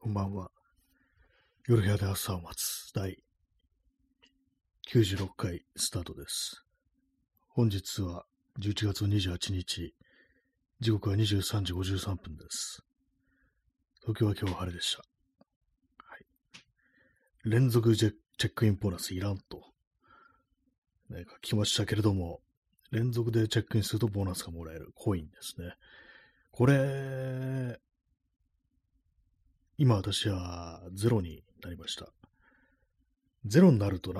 こんばんは。夜部屋で朝を待つ第96回スタートです。本日は11月28日、時刻は23時53分です。東京は今日晴れでした。はい、連続チェックインボーナスいらんと、ね、書きましたけれども、連続でチェックインするとボーナスがもらえるコインですね。これ、今私はゼロになりました。ゼロになると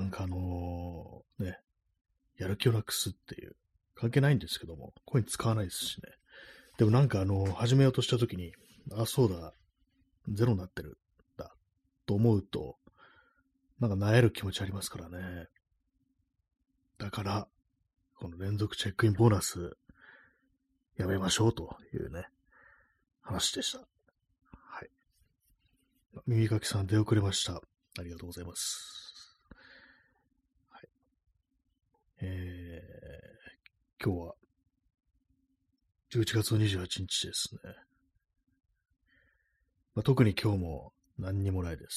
やる気をなくすっていう、関係ないんですけども、コイン使わないですしね。でも始めようとしたときに、そうだ、ゼロになってるんだ、と思うと、萎える気持ちありますからね。だから、この連続チェックインボーナス、やめましょうというね、話でした。はい。耳かきさん出遅れました。ありがとうございます。はい。今日は、11月28日ですね。特に今日も何にもないです。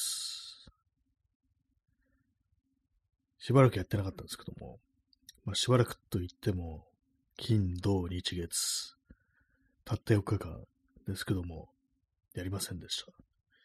しばらくやってなかったんですけども、しばらくと言っても、金、土、日、月、たった4日間ですけども、やりませんでした。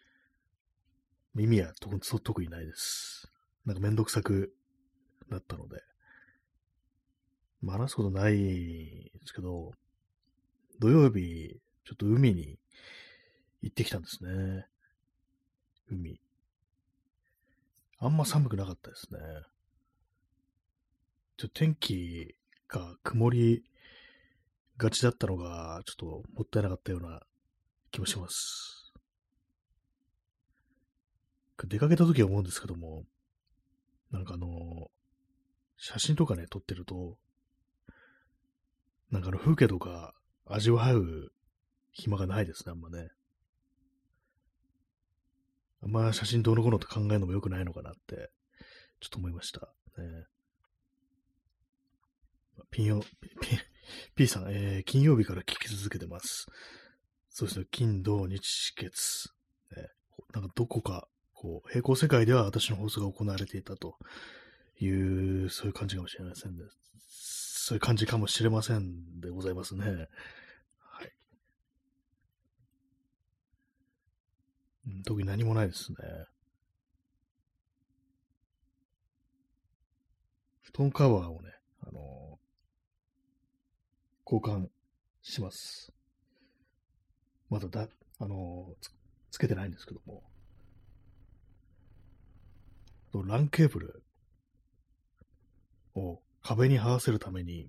耳は特にないです。めんどくさくなったので、話すことないですけど、土曜日、ちょっと海に行ってきたんですね。海。あんま寒くなかったですね。天気が曇りがちだったのが、ちょっともったいなかったような気もします。出かけた時は思うんですけども、写真とかね、撮ってると、風景とか味わう暇がないですね、あんまね。あんま写真どうのこうのって考えるのも良くないのかなって、ちょっと思いました。ね、P さん、金曜日から聞き続けてます。そうですね、金、土、日、月。ね、どこか、平行世界では私の放送が行われていたという、そういう感じかもしれませんね。そういう感じかもしれませんでございますね。はい。特に何もないですね。布団カバーをね、交換します。まだつけてないんですけども。LAN ケーブルを壁に這わせるために、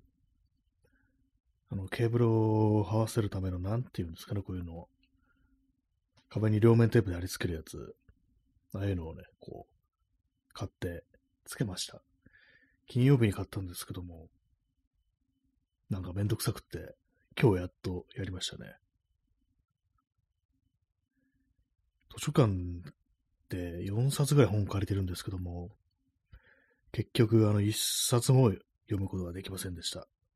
ケーブルを這わせるための、なんていうんですかね、こういうのを。壁に両面テープで貼り付けるやつ。ああいうのをね、買ってつけました。金曜日に買ったんですけども、めんどくさくって、今日やっとやりましたね。図書館で4冊ぐらい本借りてるんですけども、結局1冊も読むことができませんでした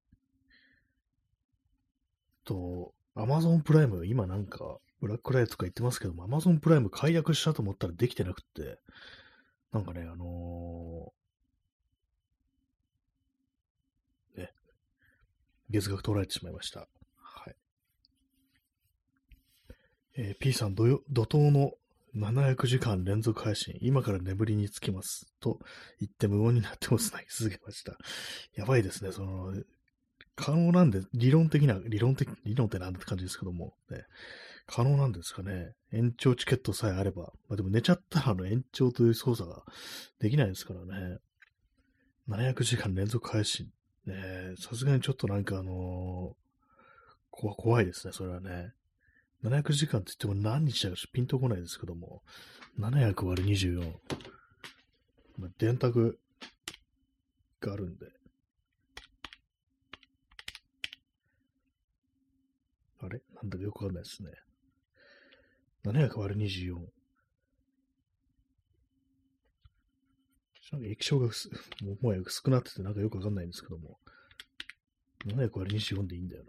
。Amazon プライム、今ブラックライトとか言ってますけども、Amazon プライム解約したと思ったらできてなくって、月額取られてしまいました。はい。P さん、怒涛の700時間連続配信、今から眠りにつきます。と言って無言になっても繋ぎ続けました。やばいですね。可能なんで、理論ってなんだって感じですけども、ね、可能なんですかね。延長チケットさえあれば。でも寝ちゃったら延長という操作ができないですからね。700時間連続配信。ね、さすがにちょっと怖いですね、それはね。700時間って言っても何日だかピンとこないですけども、700割る24。電卓があるんで。あれなんだかよくわかんないですね。700割る24。液晶がもはや薄くなっててよくわかんないんですけども。700割る24でいいんだよな。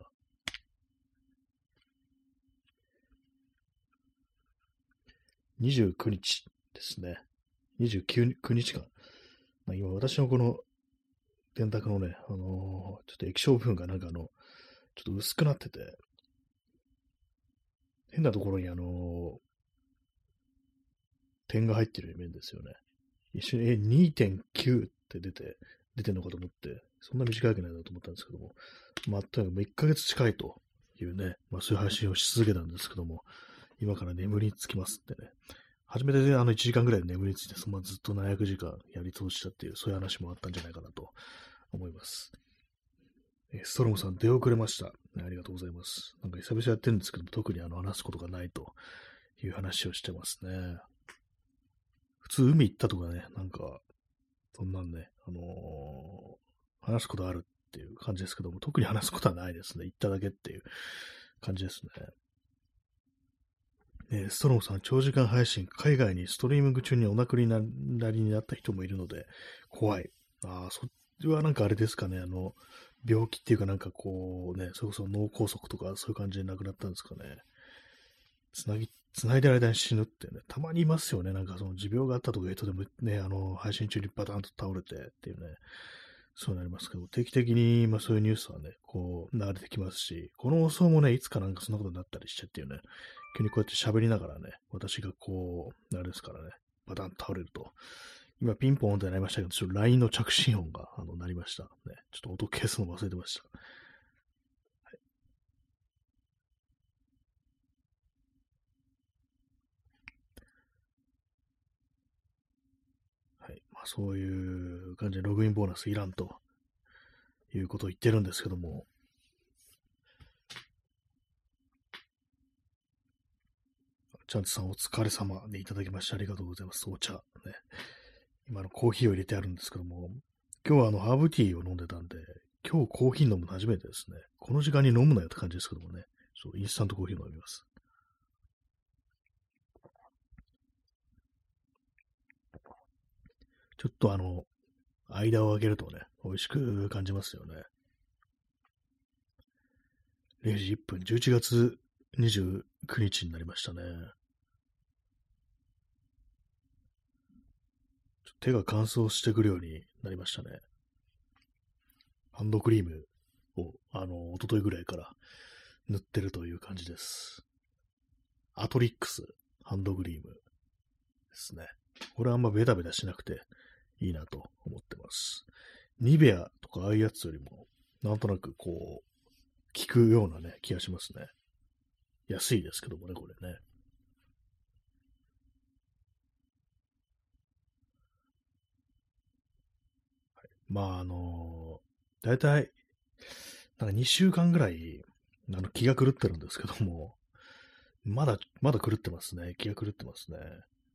29日ですね。29日か。今、私のこの電卓のね、ちょっと液晶部分がなんかちょっと薄くなってて、変なところに点が入ってる面ですよね。一瞬、2.9 って出てんのかと思って、そんな短いわけないなと思ったんですけども、まあ、とにかく1ヶ月近いというね、まあそういう配信をし続けたんですけども、今から眠りにつきますってね。初めて1時間ぐらいで眠りについて、そのままずっと700時間やり通したっていう、そういう話もあったんじゃないかなと思います。ストロムさん、出遅れました。ありがとうございます。なんか久々やってるんですけども、特に話すことがないという話をしてますね。普通海行ったとかね、なんか、そんなんね、話すことあるっていう感じですけども、特に話すことはないですね。行っただけっていう感じですね。ストロムさん、長時間配信、海外にストリーミング中にお亡くなりになった人もいるので、怖い。ああ、それはなんかあれですかね、病気っていうかなんかこうね、それこそ脳梗塞とかそういう感じで亡くなったんですかね。つないでる間に死ぬってね、たまにいますよね。なんかその持病があったとかいう人でもね、配信中にバタンと倒れてっていうね、そうなりますけど、定期的に、まあそういうニュースはね、こう流れてきますし、この放送もね、いつかなんかそんなことになったりしてっていうね、急にこうやって喋りながらね、私がこう、あれですからね、バタンと倒れると。今ピンポーンってなりましたけど、ちょっと LINE の着信音が鳴りました。ね、ちょっと音消すの忘れてました。はい。まあそういう感じでログインボーナスいらんということを言ってるんですけども、チャンツさんお疲れ様でいただきましてありがとうございます。お茶。ね。今コーヒーを入れてあるんですけども、今日はハーブティーを飲んでたんで、今日コーヒー飲むの初めてですね。この時間に飲むなよって感じですけどもね。インスタントコーヒー飲みます。ちょっと間を空けるとね、美味しく感じますよね。0時1分、11月29日になりましたね。手が乾燥してくるようになりましたね。ハンドクリームを、一昨日ぐらいから塗ってるという感じです。アトリックスハンドクリームですね。これはあんまベタベタしなくていいなと思ってます。ニベアとかああいうやつよりも、なんとなくこう、効くようなね、気がしますね。安いですけどもね、これね。まあ、だいたい、なんか2週間ぐらい、気が狂ってるんですけども、まだ狂ってますね。気が狂ってますね。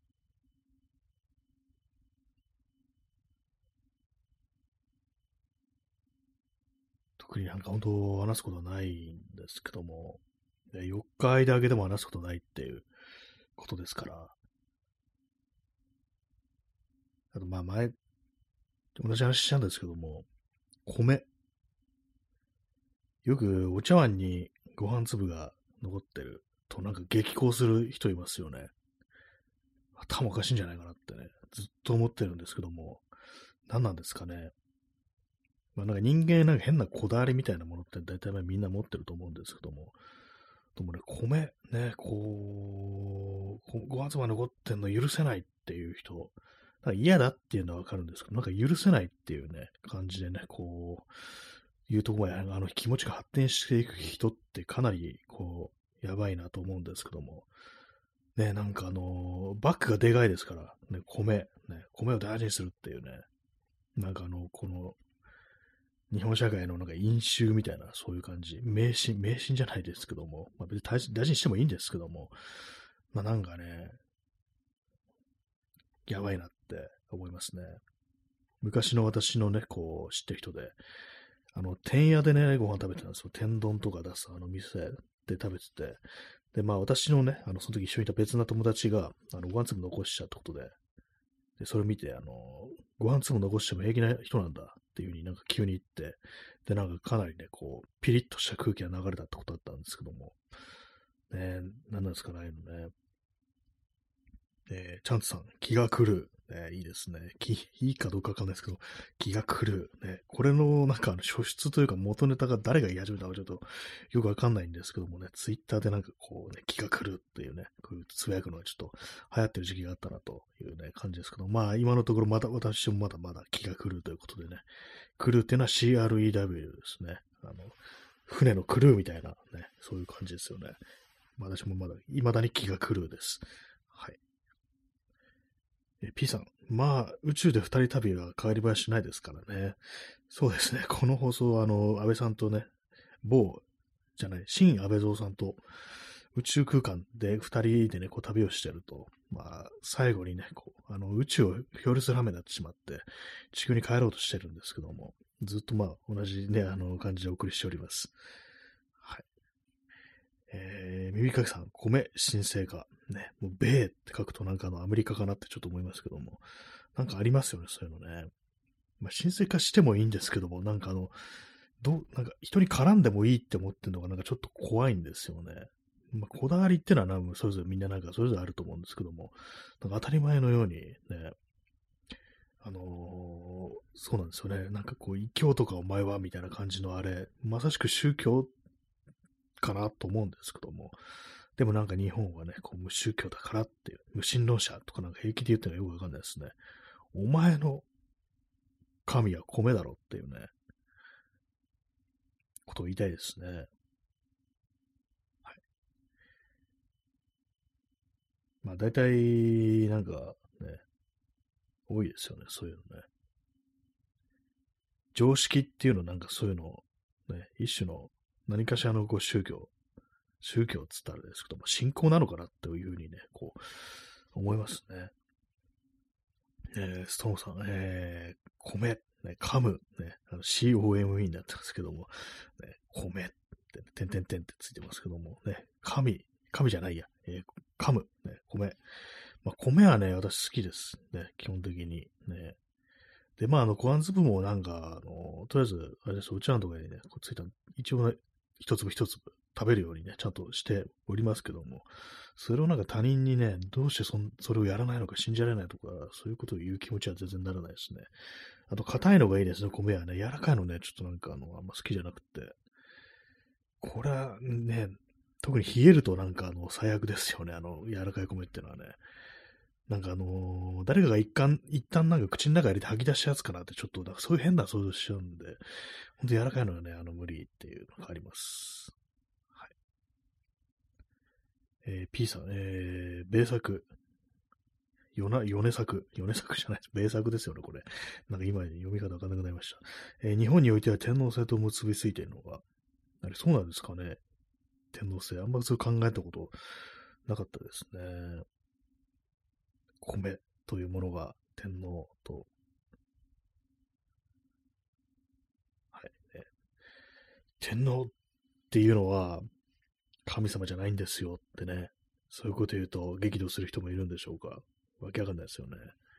特になんか本当話すことはないんですけども、4日間だけでも話すことないっていうことですから、あとまあ同じ話したんですけども、米。よくお茶碗にご飯粒が残ってるとなんか激高する人いますよね。頭おかしいんじゃないかなってね、ずっと思ってるんですけども、何なんですかね。まあなんか人間なんか変なこだわりみたいなものって大体みんな持ってると思うんですけども、でもね、米、ね、ご飯粒が残ってんの許せないっていう人、なんか嫌だっていうのはわかるんですけど、なんか許せないっていうね、感じでね、いうところまで、気持ちが発展していく人ってかなり、やばいなと思うんですけども、ね、なんかバッグがでかいですから、ね、米を大事にするっていうね、なんかこの、日本社会のなんか飲酒みたいな、そういう感じ。迷信じゃないですけども、まあ、別に大事にしてもいいんですけども、まあなんかね、やばいなって思いますね。昔の私のね、知ってる人で、天屋でね、ご飯食べてたんですよ。天丼とか出す店で食べてて、で、まあ私のね、その時一緒にいた別な友達が、ご飯粒残しちゃったことで、で、それを見て、ご飯粒残しても平気な人なんだっていう風になんか急に言って、で、なんかかなりね、ピリッとした空気が流れたってことだったんですけども、ね、何なんですかね、ね。 チャンツさん、気が狂う。いいですね。いいかどうかわかんないですけど、気が狂う。これの、なんか、初出というか、元ネタが誰が言い始めたのかちょっと、よくわかんないんですけどもね、ツイッターでなんかこうね、気が狂うっていうね、こういうつぶやくのがちょっと流行ってる時期があったなというね、感じですけど、まあ、今のところ私もまだまだ気が狂うということでね、狂うっていうのは CREW ですね。船のクルーみたいなね、そういう感じですよね。私もまだ、未だに気が狂うです。はい。P さん、まあ、宇宙で二人旅は変わり映えしないですからね。そうですね。この放送は、安倍さんとね、新安倍蔵さんと宇宙空間で二人でね、こう旅をしてると、まあ、最後にね、こう、宇宙を表する羽目になってしまって、地球に帰ろうとしてるんですけども、ずっとまあ、同じね、感じでお送りしております。はい。耳かきさん、米、神聖化。ね、もう、米って書くとなんかアメリカかなってちょっと思いますけども、なんかありますよね、そういうのね。まあ、神聖化してもいいんですけども、なんかなんか人に絡んでもいいって思ってるのがなんかちょっと怖いんですよね。まあ、こだわりってのはそれぞれみんななんかそれぞれあると思うんですけども、なんか当たり前のようにね、そうなんですよね。なんかこう、異教とかお前はみたいな感じのあれ、まさしく宗教かなと思うんですけども、でもなんか日本はね、こう無宗教だからっていう、無神論者とかなんか平気で言ってるのはよくわかんないですね。お前の神は米だろっていうね、ことを言いたいですね。はい。まあ大体、なんかね、多いですよね、そういうのね。常識っていうのなんかそういうの、ね、一種の何かしらのこう宗教っつったらあれですけども、信仰なのかなっていうふうにね、こう、思いますね。ストーンさん、米、ね、噛む、ね、COME になってますけども、ね、米って、てんてんてんってついてますけども、ね、神じゃないや、噛む、ね、米。まあ、米はね、私好きです。ね、基本的に。ね。で、まあ、ご飯粒もなんか、とりあえず、あれです、うちらのところにね、こうついた、一応ね、一粒一粒食べるようにね、ちゃんとしておりますけども、それをなんか他人にね、どうしてそれをやらないのか信じられないとか、そういうことを言う気持ちは全然ならないですね。あと、硬いのがいいですね、米はね。柔らかいのね、ちょっとなんかあんま好きじゃなくて。これはね、特に冷えるとなんか最悪ですよね、柔らかい米ってのはね。なんか誰かが一旦なんか口の中入れて吐き出したやつかなって、ちょっと、なんかそういう変な想像しちゃうんで、ほんと柔らかいのはね、無理っていうのがあります。はい。P さん、米作。米作。米作じゃないです。米作ですよね、これ。なんか今読み方わかんなくなりました。日本においては天皇制と結びついているのが、あれそうなんですかね。天皇制。あんまりそう考えたことなかったですね。米というものが天皇と、はい、ね。天皇っていうのは神様じゃないんですよってね。そういうこと言うと激怒する人もいるんでしょうか。わけわかんないですよね。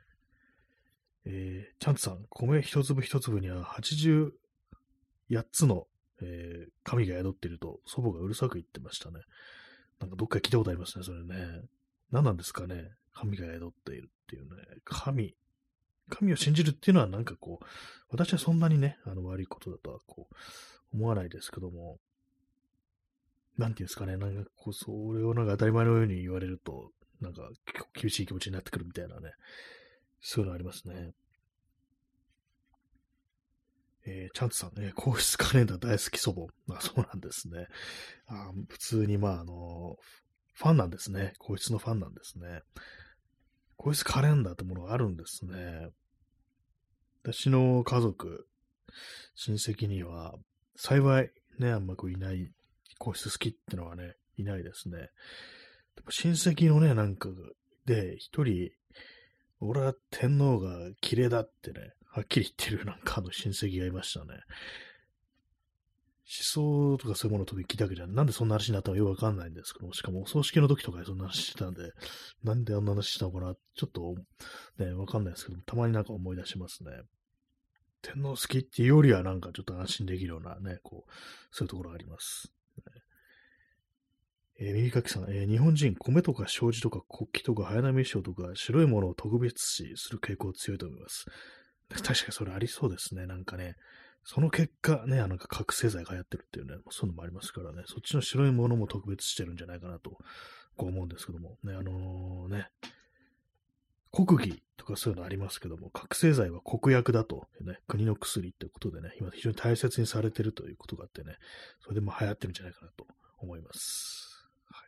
チャンツさん、米一粒一粒には88つの、神が宿っていると祖母がうるさく言ってましたね。なんかどっかで聞いたことありますね、それね。何なんですかね。神が宿っているっていうね。神を信じるっていうのはなんかこう、私はそんなにね、悪いことだとはこう、思わないですけども、なんていうんですかね、なんかこう、それをなんか当たり前のように言われると、なんか結構厳しい気持ちになってくるみたいなね、そういうのありますね。チャンツさんね、皇室カレンダー大好き祖母。まあそうなんですね。普通にまあファンなんですね。皇室のファンなんですね。皇室カレンダーってものがあるんですね。私の家族、親戚には、幸いね、あんまこういない、皇室好きってのはね、いないですね。でも親戚のね、なんかで、一人、俺は天皇が綺麗だってね、はっきり言ってるなんか親戚がいましたね。思想とかそういうものを特に聞いたわけじゃん。なんでそんな話になったのかよくわかんないんですけども、しかもお葬式の時とかにそんな話してたんで、なんであんな話したのかな、ちょっとね、わかんないですけども、たまになんか思い出しますね。天皇好きっていうよりはなんかちょっと安心できるようなね、こう、そういうところがあります。 耳かきさん、日本人、米とか障子とか国旗とか早波衣装とか白いものを特別視する傾向強いと思います。確かにそれありそうですね。なんかね、その結果ね、なんか覚醒剤が流行ってるっていうね、そういうのもありますからね、そっちの白いものも特別してるんじゃないかなと、こう思うんですけども、ね、国技とかそういうのありますけども、覚醒剤は国薬だと、ね、国の薬ってことでね、今非常に大切にされてるということがあってね、それでも流行ってるんじゃないかなと思います。はい、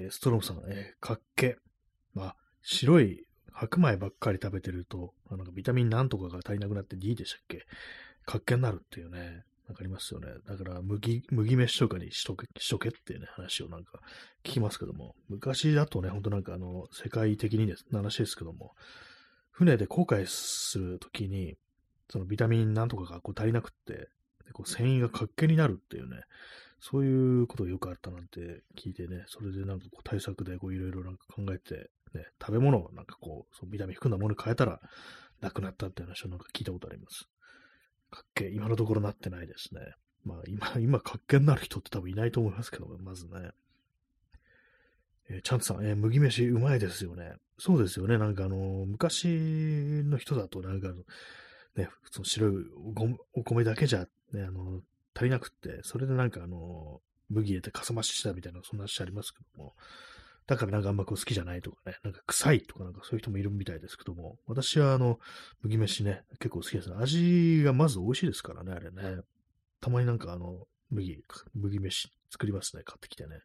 ストロムさん、かっけ。まあ、白い白米ばっかり食べてると、なんかビタミンなんとかが足りなくなって D でしたっけ、かっけになるっていうね、なんかありますよね。だから麦飯とかにしとけっていうね、話をなんか聞きますけども、昔だとね、ほんとなんか世界的にです話ですけども、船で航海するときに、そのビタミンなんとかがこう足りなくって、でこう繊維が活気になるっていうね、そういうことがよくあったなんて聞いてね、それでなんかこう対策でこういろいろなんか考えて、ね、食べ物をなんかこう、そのビタミン含んだものに変えたらなくなったっていう話をなんか聞いたことあります。活気、今のところなってないですね。まあ今活気になる人って多分いないと思いますけど、まずね。チャンツさん、麦飯うまいですよね。そうですよね。なんか昔の人だとなんかね、普通の白いお米だけじゃ、ね、足りなくって、それでなんか麦入れてかさ増ししたみたいな、そんな話ありますけども、だからなんかあんまこう好きじゃないとかね、なんか臭いとかなんかそういう人もいるみたいですけども、私は麦飯ね、結構好きですね。味がまず美味しいですからね、あれね。たまになんか麦飯作りますね、買ってきてね。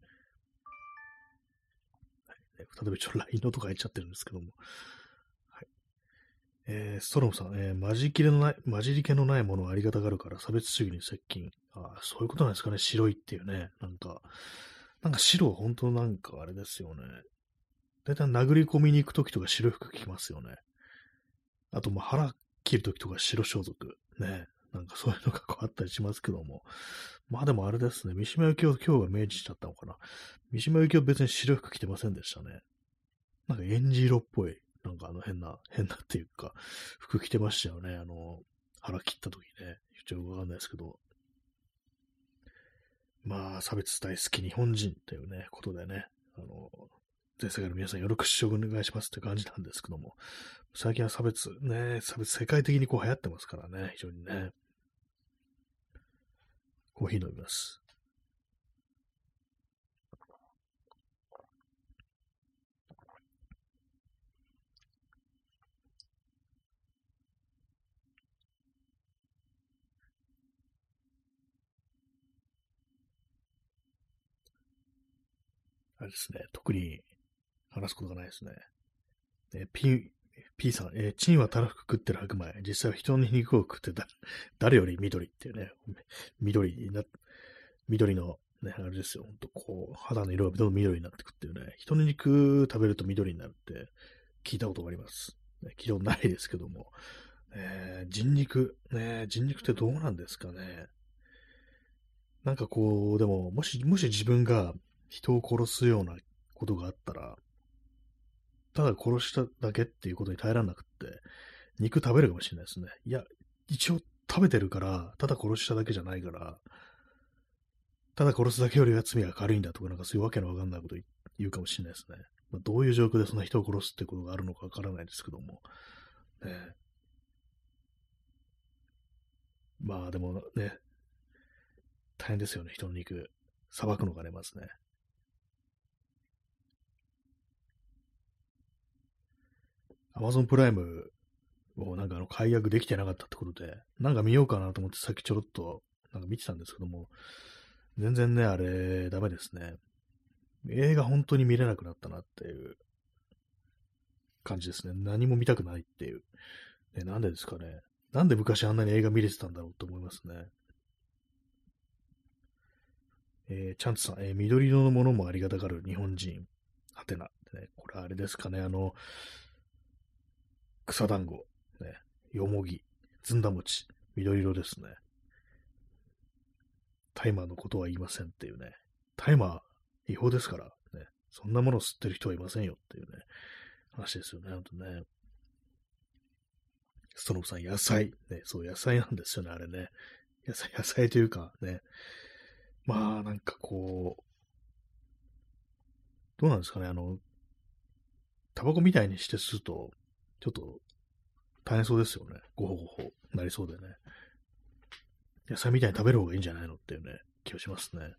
例えばLINE のとか入っちゃってるんですけども。はい、ストロムさん、混じり気のないものをありがたがるから差別主義に接近。そういうことなんですかね、白いっていうね。なんか白は本当なんかあれですよね。だいたい殴り込みに行くときとか白服着ますよね。あと、腹切るときとか白装束。ね。なんかそういうのがこうあったりしますけども。まあでもあれですね。三島由紀夫今日が明治しちゃったのかな。三島由紀夫別に白服着てませんでしたね。なんかエンジ色っぽい。なんか変なっていうか、服着てましたよね。腹切った時ね。ちょっとわかんないですけど。まあ、差別大好き日本人というね、ことでね。全世界の皆さんよろしくお願いしますって感じなんですけども。最近は差別世界的にこう流行ってますからね。非常にね。コーヒー飲みます。あれですね。特に話すことがないですね。P さん、チンはたらふく食ってる白米。実際は人の肉を食ってた。誰より緑っていうね。緑な、緑の、ね、あれですよ。ほんとこう、肌の色がどんどん緑になってくっていうね。人の肉食べると緑になるって聞いたことがあります。ね、聞いたことないですけども。人肉ってどうなんですかね。なんかこう、でも、もし自分が人を殺すようなことがあったら、ただ殺しただけっていうことに耐えられなくって、肉食べるかもしれないですね。いや、一応食べてるから、ただ殺しただけじゃないから、ただ殺すだけよりは罪が軽いんだとか、なんかそういうわけのわかんないこと言うかもしれないですね。まあ、どういう状況でそんな人を殺すってことがあるのかわからないですけども。ね、まあでもね、大変ですよね、人の肉。さばくのがね、まずね。Amazon プライムをなんか解約できてなかったってことで、なんか見ようかなと思ってさっきちょろっとなんか見てたんですけども、全然ね、あれ、ダメですね。映画本当に見れなくなったなっていう感じですね。何も見たくないっていう。なんでですかね。なんで昔あんなに映画見れてたんだろうと思いますね。チャンツさん、緑色のものもありがたがる日本人。はてな。ね、これあれですかね。草団子。ね、よもぎ。ずんだ餅。緑色ですね。タイマーのことは言いませんっていうね。タイマー違法ですから、ね。そんなものを吸ってる人はいませんよっていうね、話ですよね。ほんとね。ストロムさん、野菜。ね、そう、野菜なんですよね、あれね。野菜というかね。まあ、なんかこう、 どうなんですかね、タバコみたいにして吸うと、ちょっと大変そうですよね。ごほごほなりそうでね。野菜みたいに食べる方がいいんじゃないのっていうね、気がしますね。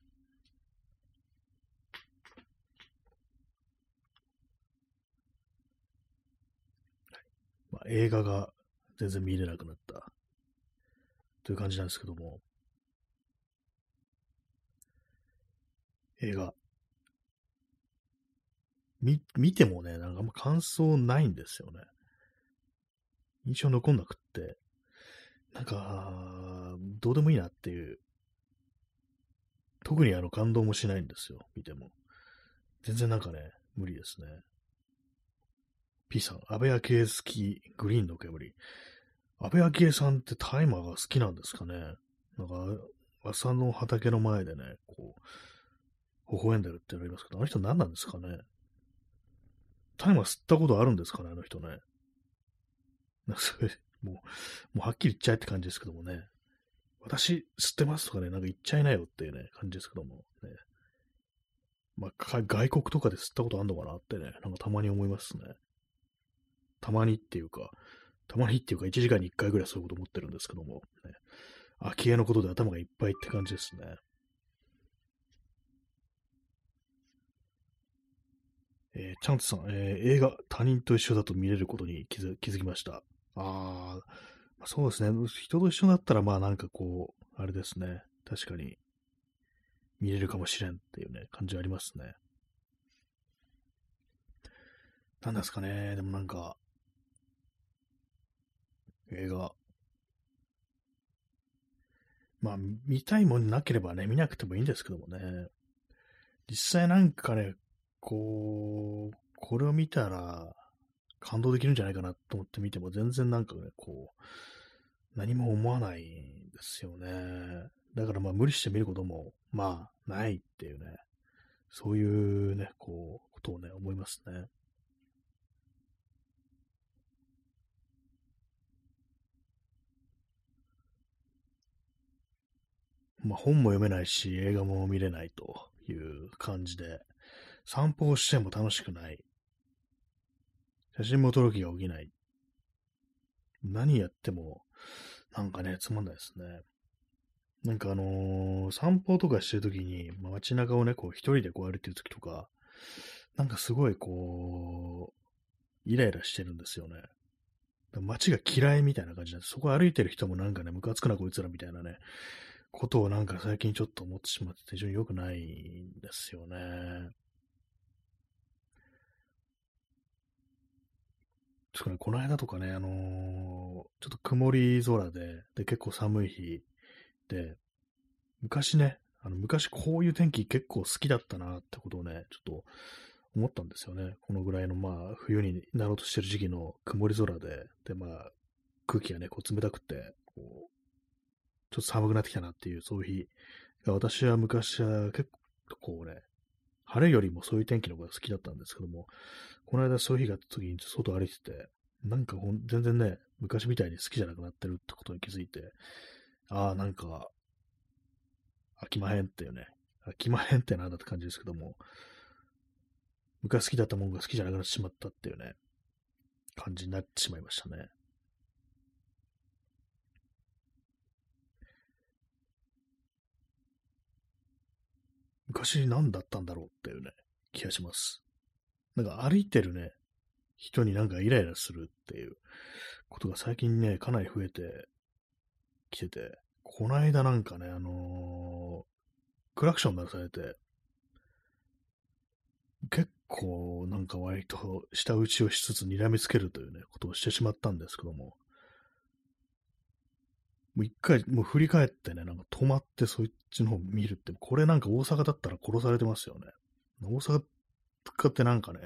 まあ、映画が全然見れなくなったという感じなんですけども、映画、見てもね、なんかあんま感想ないんですよね。印象残んなくって、なんか、どうでもいいなっていう、特に感動もしないんですよ、見ても。全然なんかね、無理ですね。P さん、安倍昭恵好き、グリーンの煙。安倍昭恵さんって大麻が好きなんですかね。なんか、朝の畑の前でね、こう、微笑んでるってのありますけど、あの人何なんですかね。大麻吸ったことあるんですかね、あの人ね。なんかそれ、もうはっきり言っちゃえって感じですけどもね。私吸ってますとかね、なんか言っちゃいなよっていうね、感じですけども、ね。まあ、外国とかで吸ったことあるのかなってね、なんかたまに思いますね。たまにっていうか、たまにっていうか、1時間に1回ぐらいそういうこと思ってるんですけども、ね。空き家のことで頭がいっぱいって感じですね。チャンツさん、映画、他人と一緒だと見れることに気づきました。そうですね。人と一緒だったら、まあなんかこう、あれですね。確かに見れるかもしれんっていうね、感じありますね。なんですかね。でもなんか、映画、まあ見たいもんなければね、見なくてもいいんですけどもね。実際なんかね、これを見たら感動できるんじゃないかなと思って見ても全然なんかね、何も思わないんですよね。だからまあ無理して見ることも、まあないっていうね、そういうね、ことをね、思いますね。まあ本も読めないし、映画も見れないという感じで、散歩をしても楽しくない。写真も撮る気が起きない。何やっても、なんかね、つまんないですね。なんか散歩とかしてるときに、まあ、街中をね、こう一人でこう歩いてるときとか、なんかすごいイライラしてるんですよね。街が嫌いみたいな感じなんで、そこ歩いてる人もなんかね、ムカつくなこいつらみたいなね、ことをなんか最近ちょっと思ってしまって非常に良くないんですよね。ちょっとね、この間とかね、ちょっと曇り空で結構寒い日で、昔ね、昔こういう天気結構好きだったなってことをね、ちょっと思ったんですよね。このぐらいのまあ冬になろうとしてる時期の曇り空でまあ空気がね、冷たくて、ちょっと寒くなってきたなっていう、そういう日が私は昔は結構ね、晴れよりもそういう天気の方が好きだったんですけども、この間そういう日があった時に外歩いてて、なんか全然ね、昔みたいに好きじゃなくなってるってことに気づいて、なんか飽きまへんっていうね、飽きまへんってなんだって感じですけども、昔好きだったもんが好きじゃなくなってしまったっていうね、感じになってしまいましたね。昔何だったんだろうっていうね、気がします。なんか歩いてるね、人になんかイライラするっていうことが最近ね、かなり増えてきてて、この間なんかね、クラクション鳴らされて、結構なんか割と舌打ちをしつつ睨みつけるというね、ことをしてしまったんですけども、もう一回、もう振り返ってね、なんか止まってそっちの方見るって、これなんか大阪だったら殺されてますよね。大阪ってなんかね、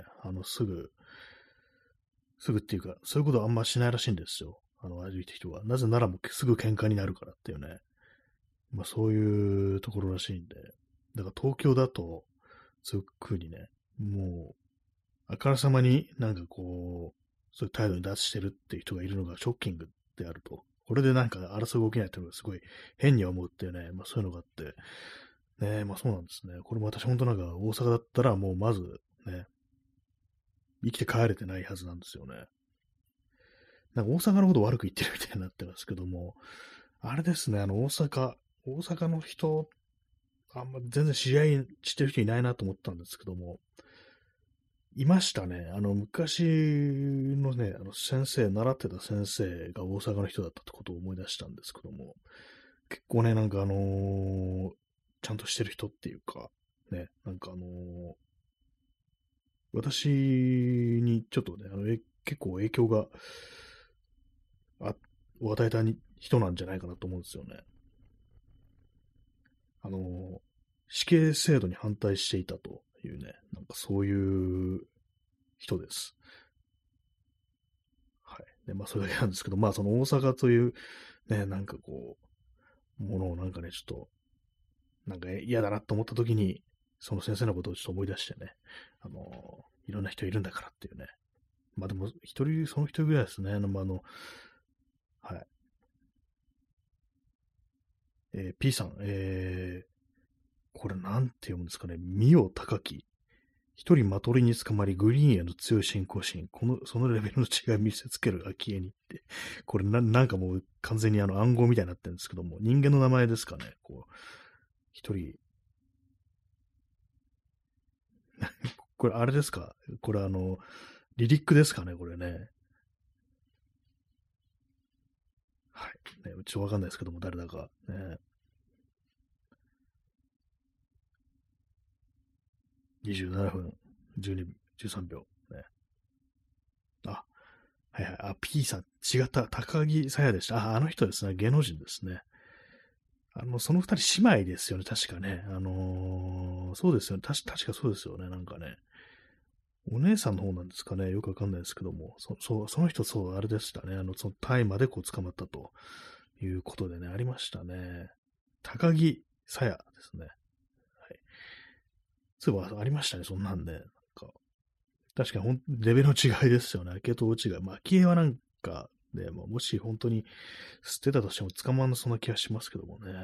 すぐっていうか、そういうことはあんましないらしいんですよ。歩いてる人は。なぜならもうすぐ喧嘩になるからっていうね。まあそういうところらしいんで。だから東京だと、そういう風にね、もう、あからさまになんかそういう態度に出してるっていう人がいるのがショッキングであると。これでなんか争いが起きないっていうのがすごい変に思うっていうね、まあそういうのがあって、ね、まあそうなんですね。これも私本当なんか大阪だったらもうまずね、生きて帰れてないはずなんですよね。なんか大阪のこと悪く言ってるみたいになってますけども、あれですね、大阪の人、あんま全然知り合いしてる人いないなと思ったんですけども、いましたね。昔のね、習ってた先生が大阪の人だったってことを思い出したんですけども、結構ね、なんかちゃんとしてる人っていうか、ね、なんか私にちょっとね、結構影響があを与えた人なんじゃないかなと思うんですよね。あの死刑制度に反対していたというね、なんかそういう人です。はい。で、まあ、それだけなんですけど、まあ、その大阪という、ね、なんかこう、ものをなんかね、ちょっと、なんか嫌だなと思った時に、その先生のことをちょっと思い出してね、いろんな人いるんだからっていうね。まあでも、その一人ぐらいですね。はい。P さん、これなんて読むんですかね。ミオ高木。一人マトリに捕まり、グリーンへの強い信仰心。そのレベルの違いを見せつける昭恵にって。これなんかもう完全に暗号みたいになってるんですけども、人間の名前ですかね。こう、一人、これあれですかこれリリックですかねこれね。はい。ね、ちょっとわかんないですけども、誰だか。ね、27分12、13秒。ね。あ、はいはい。あ、P さん、違った。高木さやでした。あ、あの人ですね。芸能人ですね。その二人姉妹ですよね。確かね。そうですよね。確かそうですよね。なんかね。お姉さんの方なんですかね。よくわかんないですけども。その人、そう、あれでしたね。その大麻でこう捕まったということでね、ありましたね。高木さやですね。はい。そういえばありましたね。そんなんで、なんか確かにレベルの違いですよね。明けと大違い。まあ、明恵はなんか、ね、もし本当に吸ってたとしても捕まんなそうな気がしますけどもね。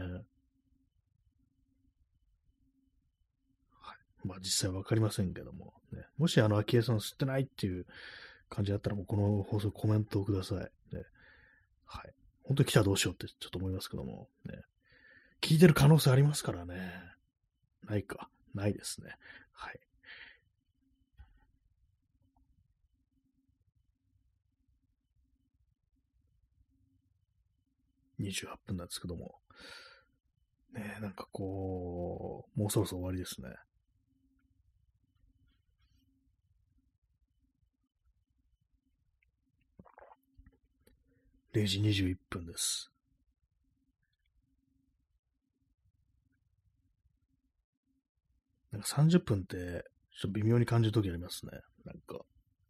はい。まあ実際わかりませんけども、ね。もし昭恵さん吸ってないっていう感じだったらもうこの放送コメントをください。ね。はい。本当に来たらどうしようってちょっと思いますけども、ね。聞いてる可能性ありますからね。ないか。ないですね。はい。28分なんですけども。ね、なんかこう、もうそろそろ終わりですね。0時21分です。なんか30分って、ちょっと微妙に感じるときありますね。なんか、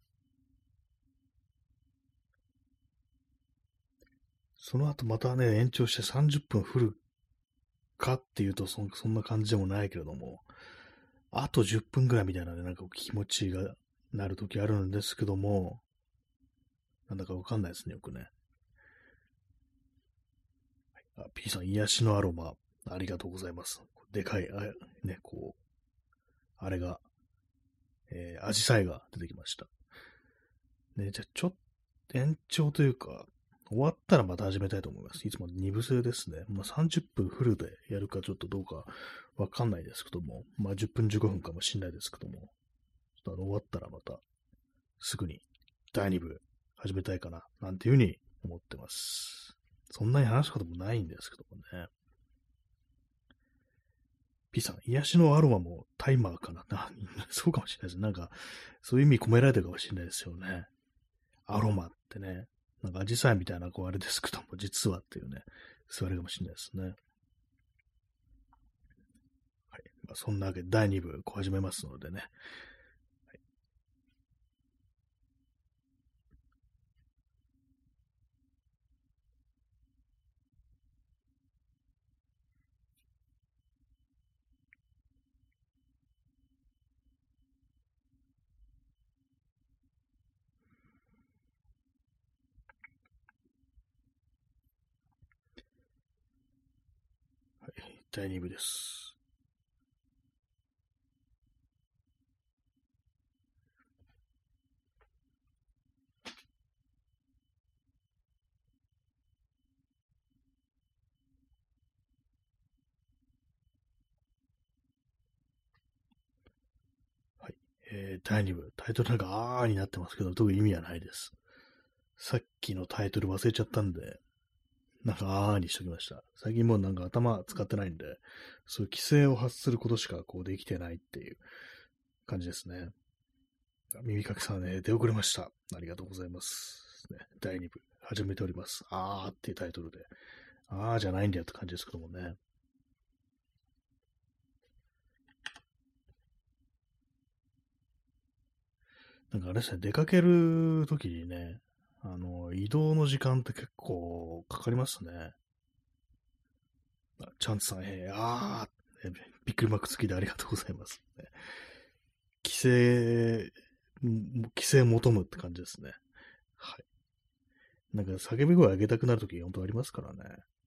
その後またね、延長して30分降るかっていうとそんな感じでもないけれども、あと10分ぐらいみたいなね、なんか気持ちがなるときあるんですけども、なんだかわかんないですね、よくね。P さん、癒しのアロマ、ありがとうございます。でかい、ね、こう、あれが、アジサイが出てきました。ね、じゃあちょっと延長というか、終わったらまた始めたいと思います。いつも2部制ですね。まあ、30分フルでやるかちょっとどうかわかんないですけども、まあ、10分15分かもしれないですけども、ちょっと終わったらまたすぐに第2部始めたいかな、なんていうふうに思ってます。そんなに話すこともないんですけどもね。P さん、癒しのアロマもタイマーかな。そうかもしれないです。なんか、そういう意味込められてるかもしれないですよね。アロマってね。なんか、アジサイみたいな、こう、あれですけども、実はっていうね、そういうあれかもしれないですね。はい。まあ、そんなわけで、第2部、こう始めますのでね。はい、第2部です。 第2部。タイトルなんかになってますけど、特に意味はないです。さっきのタイトル忘れちゃったんで、なんかにしときました。最近もうなんか頭使ってないんで、そういう規制を発することしかこうできてないっていう感じですね。耳かきさんね、出遅れました。ありがとうございます。ね、第2部、始めております。っていうタイトルで。じゃないんだよって感じですけどもね。なんかあれですね、出かけるときにね、移動の時間って結構かかりますね。チャンツさん、びっくりマーク付きでありがとうございます。規制、規制求むって感じですね。はい。なんか叫び声上げたくなるとき本当ありますからね。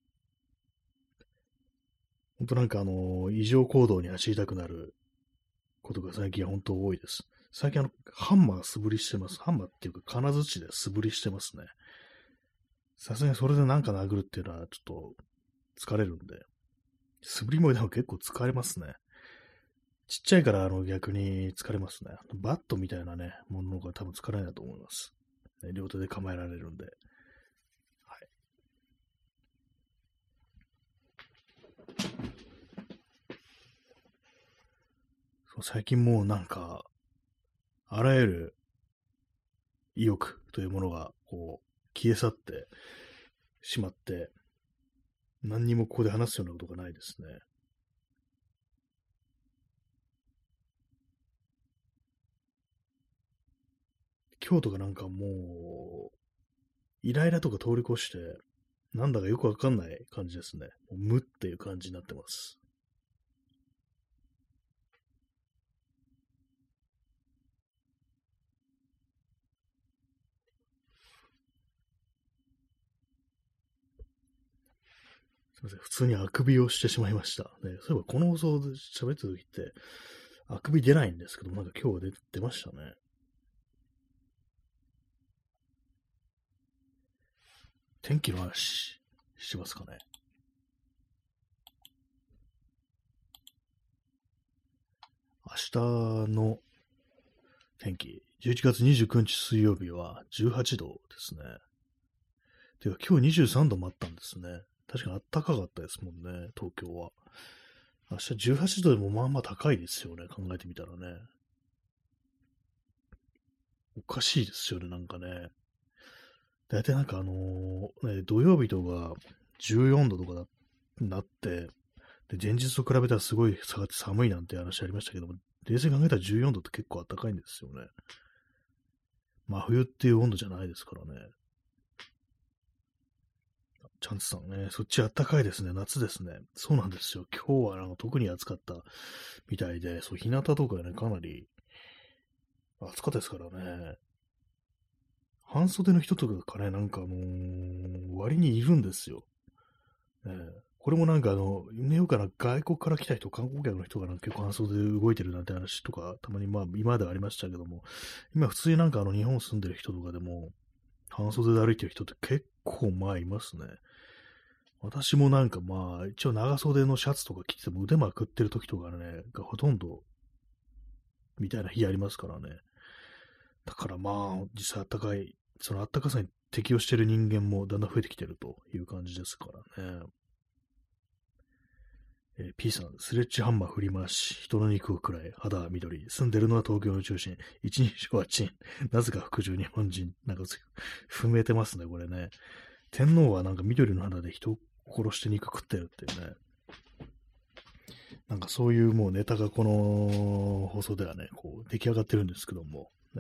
本当なんか異常行動に走りたくなることが最近は本当多いです。最近ハンマー素振りしてます。ハンマーっていうか金槌で素振りしてますね。さすがにそれでなんか殴るっていうのはちょっと疲れるんで。素振りもでも結構疲れますね。ちっちゃいから逆に疲れますね。バットみたいなね、ものが多分疲れないと思います。両手で構えられるんで。はい。最近もうなんか、あらゆる意欲というものがこう消え去ってしまって、何にもここで話すようなことがないですね。今日とかなんかもう、イライラとか通り越して、なんだかよくわかんない感じですね。もう無っていう感じになってます。すみません。普通にあくびをしてしまいました。ね、そういえばこの放送で喋ってる時って、あくび出ないんですけど、なんか今日は出ましたね。天気の話してますかね。明日の天気、11月29日水曜日は18度ですね。てか今日23度もあったんですね。確かに暖かかったですもんね、東京は。明日18度でもまあまあ高いですよね、考えてみたらね。おかしいですよね、なんかね。大体なんか土曜日とか14度とかなって、で、前日と比べたらすごい下がって寒いなんて話ありましたけども、冷静に考えたら14度って結構暖かいんですよね。真冬っていう温度じゃないですからね。チャンツさんね、そっち暖かいですね。夏ですね。そうなんですよ。今日はなんか特に暑かったみたいで、そう、日向とかね、かなり暑かったですからね。半袖の人とかがね、なんかもう、割にいるんですよ。これもなんか夢ようから外国から来た人、観光客の人がなんか結構半袖で動いてるなんて話とか、たまにまあ今まではありましたけども、今普通になんか日本住んでる人とかでも、半袖で歩いてる人って結構まあいますね。私もなんかまあ、一応長袖のシャツとか着てても腕まくってる時とかね、がほとんどみたいな日ありますからね。だからまあ、実際暖かい、その暖かさに適応してる人間もだんだん増えてきてるという感じですからね。P さん、スレッジハンマー振り回し、人の肉を食らい、肌は緑。住んでるのは東京の中心。一人称はチン。なぜか服従日本人。なんか、踏めてますね、これね。天皇はなんか緑の肌で人を殺して肉食ってるっていうね。なんかそういうもうネタがこの放送ではね、こう出来上がってるんですけども。ね、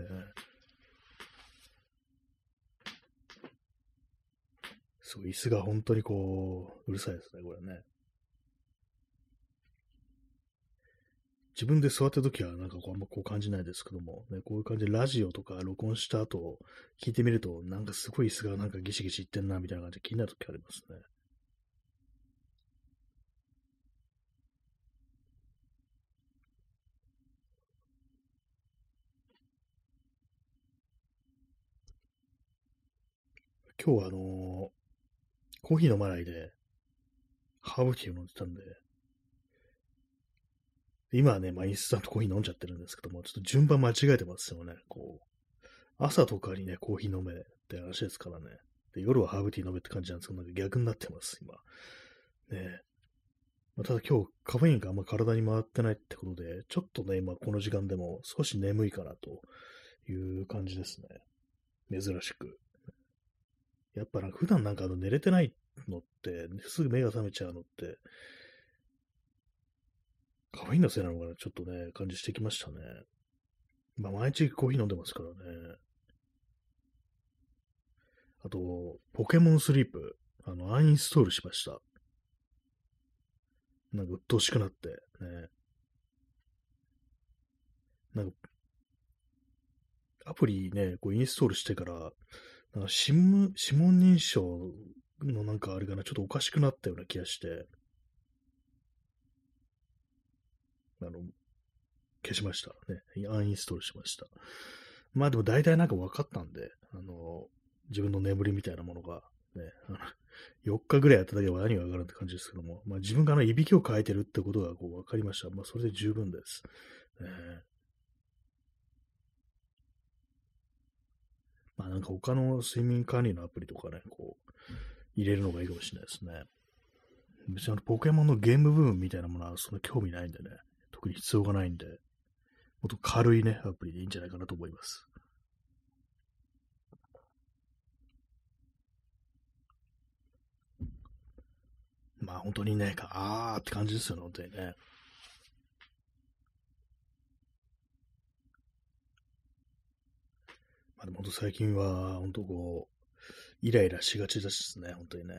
そう、椅子が本当にこう、うるさいですね、これね。自分で座った時はなんかこうあんまこう感じないですけども、ね、こういう感じでラジオとか録音した後聞いてみると、なんかすごい椅子がなんかギシギシいってんなみたいな感じで気になる時ありますね。今日はコーヒー飲まないでハーブティーを飲んでたんで、 今はね、インスタントコーヒー飲んじゃってるんですけども、ちょっと順番間違えてますよね。朝とかにね、コーヒー飲めって話ですからね。で、夜はハーブティー飲めって感じなんですけど、なんか逆になってます、今。ね。ただ今日カフェインがあんま体に回ってないってことで、ちょっとね、今この時間でも少し眠いかなという感じですね。珍しく。やっぱ普段なんか寝れてないのって、すぐ目が覚めちゃうのって、カフェインのせいなのかな、ちょっとね、感じしてきましたね。毎日コーヒー飲んでますからね。あと、ポケモンスリープ、アンインストールしました。なんか鬱陶しくなって、ね。なんか、アプリね、インストールしてから、なんか指紋認証のなんかあれかな、ちょっとおかしくなったような気がして、あの、消しましたね。アンインストールしました。でも大体なんか分かったんで、自分の眠りみたいなものが、ね、4日ぐらいやっただけでは何が分かるって感じですけども、自分がいびきをかいてるってことが分かりました。それで十分です。なんか他の睡眠管理のアプリとかね、入れるのがいいかもしれないですね。別にポケモンのゲーム部分みたいなものはそんな興味ないんでね、特に必要がないんで、もっと軽いね、アプリでいいんじゃないかなと思います。本当にね、あーって感じですよね、本当にね。でも本当最近は、本当イライラしがちですね、本当にね。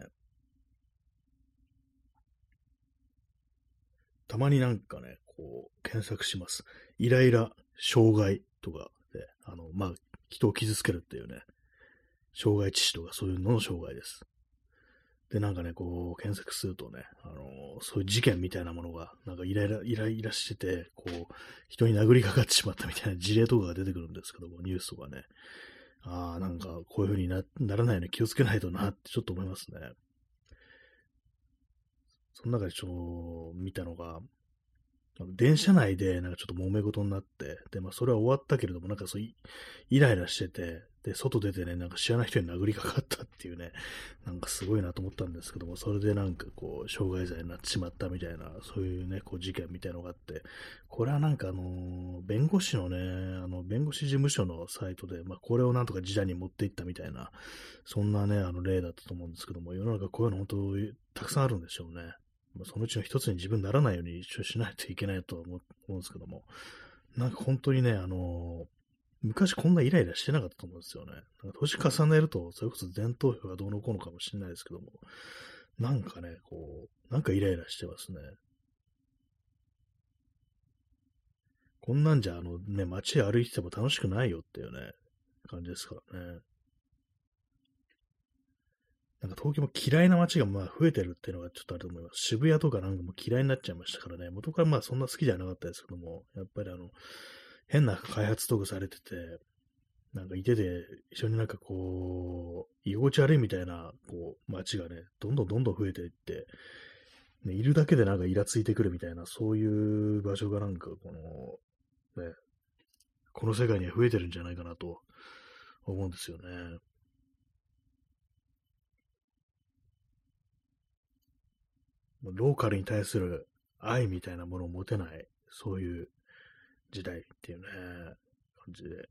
たまになんかね、検索します。イライラ、障害とかで、人を傷つけるっていうね、障害致死とかそういうのの障害です。で、なんかね、検索するとね、そういう事件みたいなものが、なんかイライラしてて、人に殴りかかってしまったみたいな事例とかが出てくるんですけども、ニュースとかね。なんか、こういう風にならないように気をつけないとなってちょっと思いますね。その中で見たのが、電車内でなんかちょっと揉め事になって、で、それは終わったけれども、なんかイライラしてて、で、外出てね、なんか知らない人に殴りかかったっていうね、なんかすごいなと思ったんですけども、それでなんか傷害罪になってしまったみたいな、そういうね、事件みたいなのがあって、これはなんか弁護士のね、弁護士事務所のサイトで、これをなんとか時代に持っていったみたいな、そんなね、例だったと思うんですけども、世の中こういうの本当たくさんあるんでしょうね。そのうちの一つに自分ならないように一応しないといけないとは思うんですけども、なんか本当にね、昔こんなイライラしてなかったと思うんですよね。なんか年重ねると、それこそ伝統票がどうのこうのかもしれないですけども、なんかね、なんかイライラしてますね。こんなんじゃ、街歩いてても楽しくないよっていうね、感じですからね。なんか東京も嫌いな街が増えてるっていうのがちょっとあると思います。渋谷とかなんかも嫌いになっちゃいましたからね。元からそんな好きじゃなかったですけども、やっぱり変な開発とかされてて、なんかいてて、一緒になんか居心地悪いみたいな、街がね、どんどんどんどん増えていって、ね、いるだけでなんかイラついてくるみたいな、そういう場所がなんか、ね、この世界には増えてるんじゃないかなと思うんですよね。ローカルに対する愛みたいなものを持てない、そういう時代っていうね、感じで。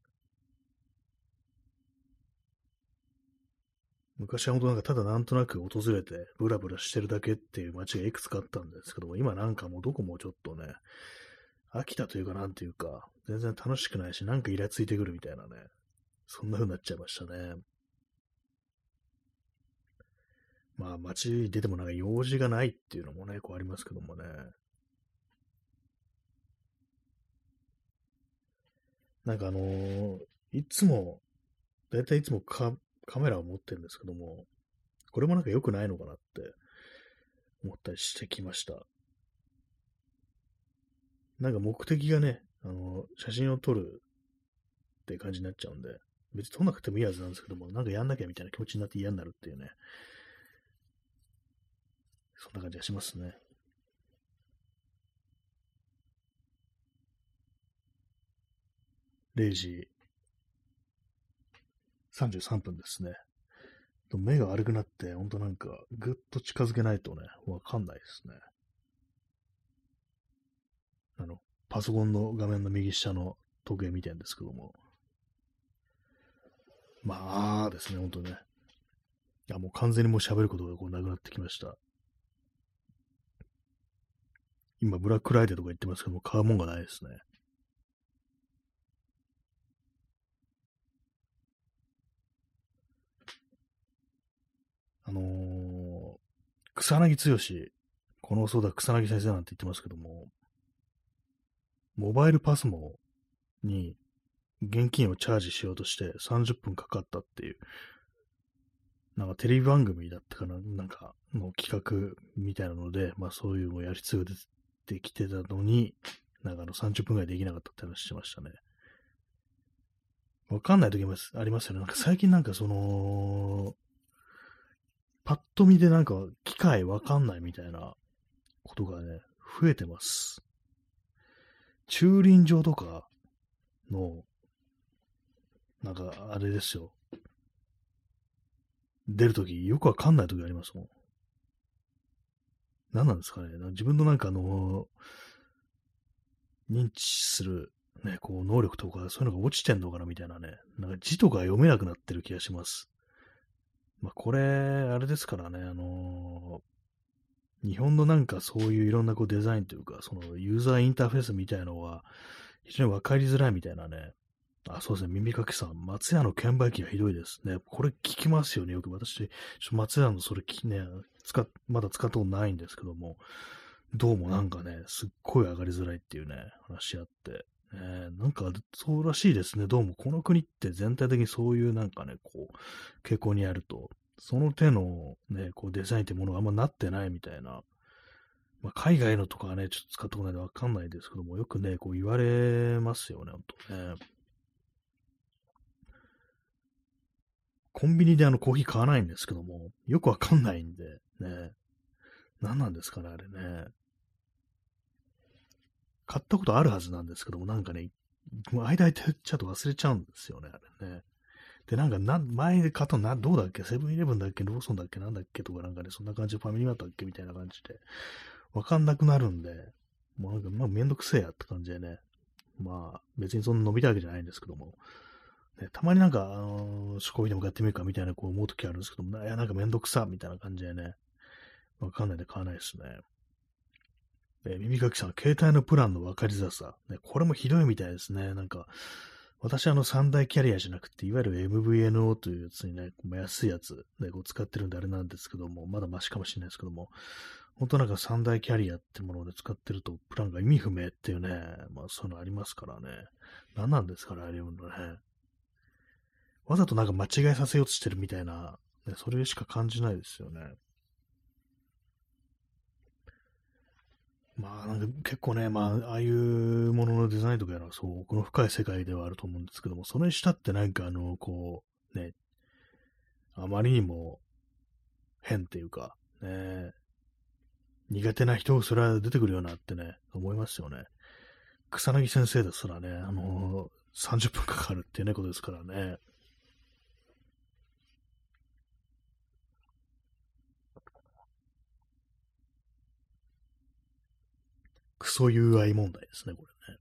昔は本当なんかただなんとなく訪れてブラブラしてるだけっていう街がいくつかあったんですけども、今なんかもうどこもちょっとね、飽きたというかなんていうか、全然楽しくないし、なんかイラついてくるみたいなね、そんな風になっちゃいましたね。街出てもなんか用事がないっていうのもね、ありますけどもね。なんかいつも、だいたいいつもカメラを持ってるんですけども、これもなんか良くないのかなって思ったりしてきました。なんか目的がね、写真を撮るって感じになっちゃうんで、別に撮んなくてもいいはずなんですけども、なんかやんなきゃみたいな気持ちになって嫌になるっていうね、そんな感じがしますね。 0時33分ですね。目が悪くなって、ほんとなんか、ぐっと近づけないとね、わかんないですね。パソコンの画面の右下の時計見てるんですけども。まあですね、ほんとね。いや、もう完全にもう喋ることがこうなくなってきました。今、ブラックフライデーとか言ってますけども、買うもんがないですね。草薙剛、このそうだ、草薙先生なんて言ってますけども、モバイルパスモに現金をチャージしようとして30分かかったっていう、なんかテレビ番組だったかな、なんかの企画みたいなので、まあそういうのをやり継いできてたのに、なんか30分ぐらいできなかったって話してましたね。わかんない時もありますよね。なんか最近なんかパッと見でなんか機械わかんないみたいなことがね、増えてます。駐輪場とかの、なんかあれですよ。出るときよくわかんないときありますもん。何なんですかね。自分のなんか認知する、ね、こう能力とかそういうのが落ちてんのかなみたいなね。なんか字とか読めなくなってる気がします。まあこれ、あれですからね、日本のなんかそういういろんなこうデザインというか、そのユーザーインターフェースみたいなのは非常にわかりづらいみたいなね。あ、そうですね。耳かきさん。松屋の券売機がひどいですね。これ聞きますよね。よく私、松屋のそれね、まだ使ったことないんですけども、どうもなんかね、すっごい上がりづらいっていうね、話あって。なんか、そうらしいですね。どうもこの国って全体的にそういうなんかね、こう、傾向にあると、その手のね、こうデザインってものがあんまなってないみたいな。まあ、海外のとかはね、ちょっと使ったことないんでわかんないですけども、よくね、こう言われますよね、ほんとね。コンビニでコーヒー買わないんですけども、よくわかんないんで、ね。何なんですかね、あれね。買ったことあるはずなんですけども、なんかね、もう間空いてちゃうと忘れちゃうんですよね、あれね。で、なんか前で買ったのどうだっけセブンイレブンだっけローソンだっけなんだっけとかなんかね、そんな感じでファミリーマートだっけみたいな感じで、わかんなくなるんで、もうなんか、まあめんどくせえやって感じでね。まあ、別にそんな伸びたわけじゃないんですけども、ね、たまになんか、嗜好品でも買ってみるかみたいなこう思うときあるんですけども、いや、なんかめんどくさみたいな感じでね、わかんないで買わないですね。耳かきさん、携帯のプランの分かりづらさ。ね、これもひどいみたいですね。なんか、私三大キャリアじゃなくて、いわゆる MVNO というやつにね、安いやつ、ね、こう使ってるんであれなんですけども、まだマシかもしれないですけども、本当なんか三大キャリアってもので使ってると、プランが意味不明っていうね、まあそういうのありますからね。何なんですかね、あれいうのね。わざとなんか間違えさせようとしてるみたいな、ね、それしか感じないですよね。まあ、なんか結構ね、まあ、ああいうもののデザインとかいうのは、そう、奥の深い世界ではあると思うんですけども、それにしたってなんかこう、ね、あまりにも変っていうか、ね、苦手な人それは出てくるよなってね、思いますよね。草薙先生ですらね、30分かかるっていうね、ことですからね。クソ UI 問題ですね、これね。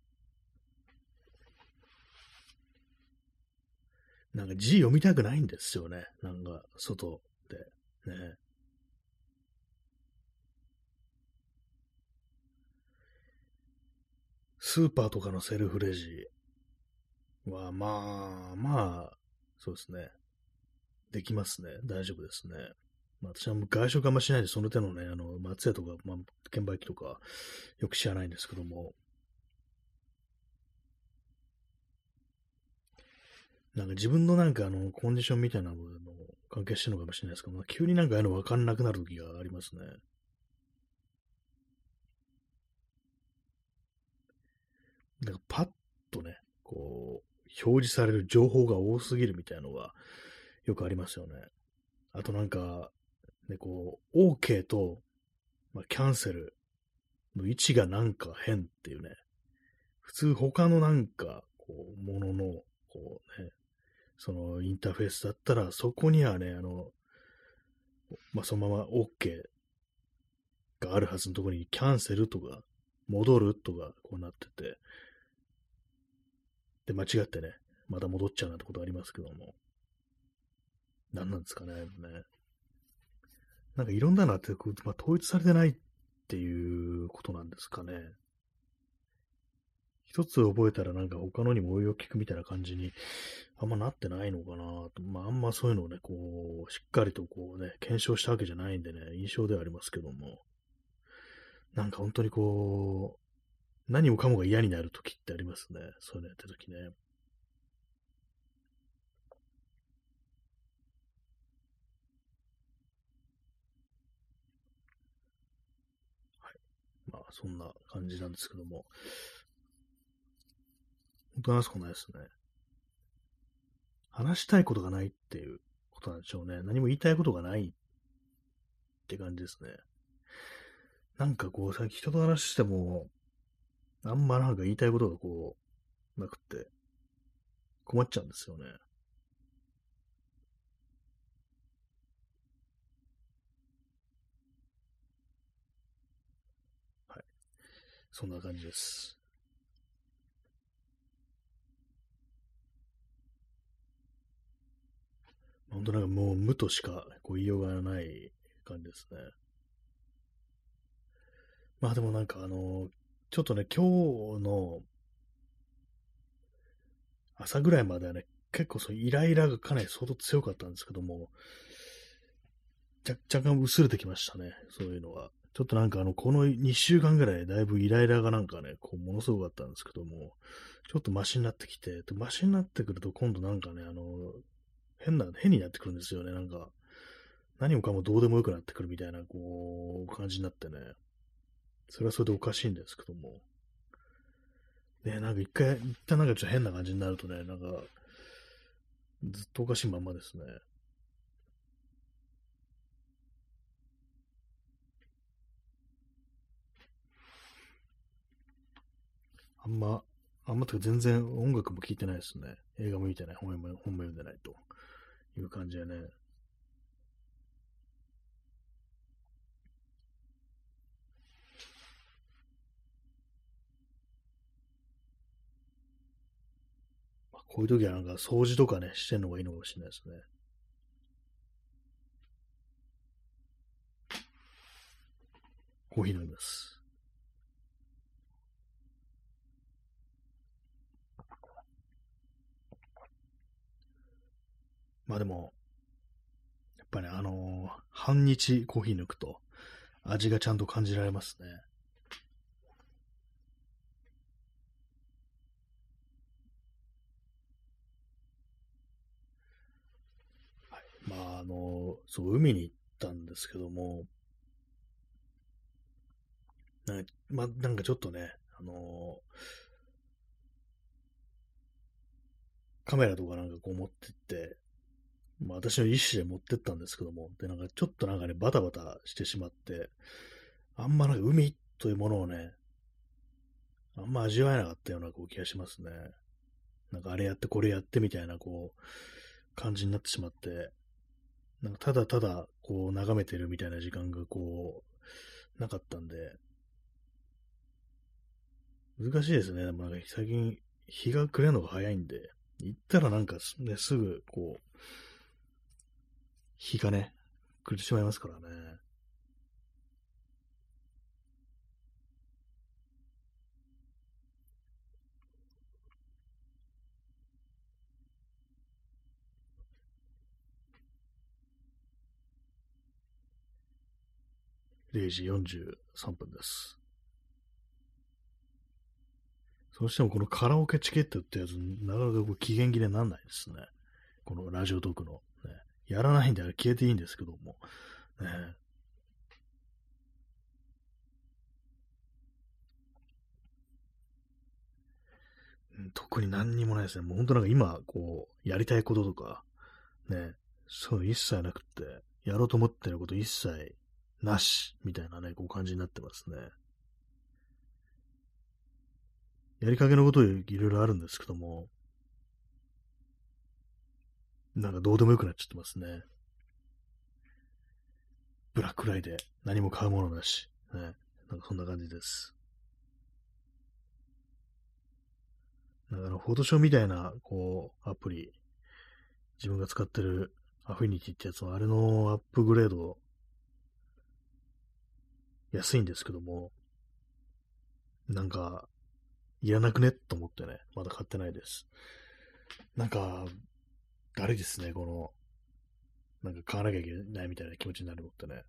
なんか字読みたくないんですよね。なんか、外で。ね。スーパーとかのセルフレジは、まあ、そうですね。できますね。大丈夫ですね。まあ、私はもう外食あんましないで、その手のね、松屋とか、まあ、券売機とか、よく知らないんですけども、なんか自分のなんかコンディションみたいなのも関係してるのかもしれないですけど、まあ、急になんかわかんなくなる時がありますね。なんかパッとね、こう、表示される情報が多すぎるみたいなのがよくありますよね。あとなんか、ね、こう、OK と、まあ、キャンセルの位置がなんか変っていうね。普通他のなんか、 ものの、そのインターフェースだったら、そこにはね、そのまま OK があるはずのところにキャンセルとか、戻るとか、こうなってて、で、間違ってね、また戻っちゃうなんてことありますけども、何なんですかね、なんかいろんなのあって、統一されてないっていうことなんですかね。一つ覚えたらなんか他のにも応用聞くみたいな感じにあんまなってないのかなと。あんまそういうのをね、しっかりと検証したわけじゃないんでね、印象ではありますけども、なんか本当に何もかもが嫌になるときってありますね。そういうのやってるときね。はい。そんな感じなんですけども、本当話すことないですね。話したいことがないっていうことなんでしょうね。何も言いたいことがないって感じですね。なんか最近人と話しても、あんまなんか言いたいことがなくて、困っちゃうんですよね。はい。そんな感じです。本当なんかもう無としか言いようがない感じですね。でもなんかちょっとね、今日の朝ぐらいまではね、結構イライラがかなり相当強かったんですけども、若干薄れてきましたね、そういうのは。ちょっとなんかこの2週間ぐらいだいぶイライラがなんかね、ものすごかったんですけども、ちょっとマシになってきて、でマシになってくると今度なんかね、変になってくるんですよね、なんか。何もかもどうでもよくなってくるみたいな、感じになってね。それはそれでおかしいんですけども。ね、なんか一旦なんかちょっと変な感じになるとね、なんか、ずっとおかしいまんまですね。あんま、というか全然音楽も聴いてないですね。映画も見てない、本も読んでないという感じでね。こういう時はなんか掃除とかね、してんのがいいのかもしれないですね。コーヒー飲みます。でも、やっぱり半日コーヒー抜くと味がちゃんと感じられますね。はい。そう、海に行ったんですけども、なんかちょっとね、カメラとかなんか持ってって、私の意思で持ってったんですけども、で、なんかちょっとなんかね、バタバタしてしまって、あんまなんか海というものをね、あんま味わえなかったような気がしますね。なんかあれやってこれやってみたいな感じになってしまって、なんかただただ眺めてるみたいな時間がなかったんで、難しいですね。でもなんか最近日が暮れるのが早いんで、行ったらなんかね、すぐ日がね、暮れてしまいますからね。0時43分です。そしてもこのカラオケチケットってやつ、なかなか期限切れにならないですね。このラジオトークの。ね、やらないんだら消えていいんですけども。ね、特に何にもないですね。もう本当なんか今、やりたいこととか、ね、そういうの一切なくって、やろうと思ってること一切なし、みたいなね、感じになってますね。 やりかけのこといろいろあるんですけども、なんかどうでもよくなっちゃってますね。ブラックフライデー、何も買うものなし。ね。なんかそんな感じです。なんかフォトショーみたいな、アプリ、自分が使ってるアフィニティってやつは、あれのアップグレード、安いんですけども、なんか、いらなくねと思ってね、まだ買ってないです。なんか、あれですね、なんか買わなきゃいけないみたいな気持ちになるのってね。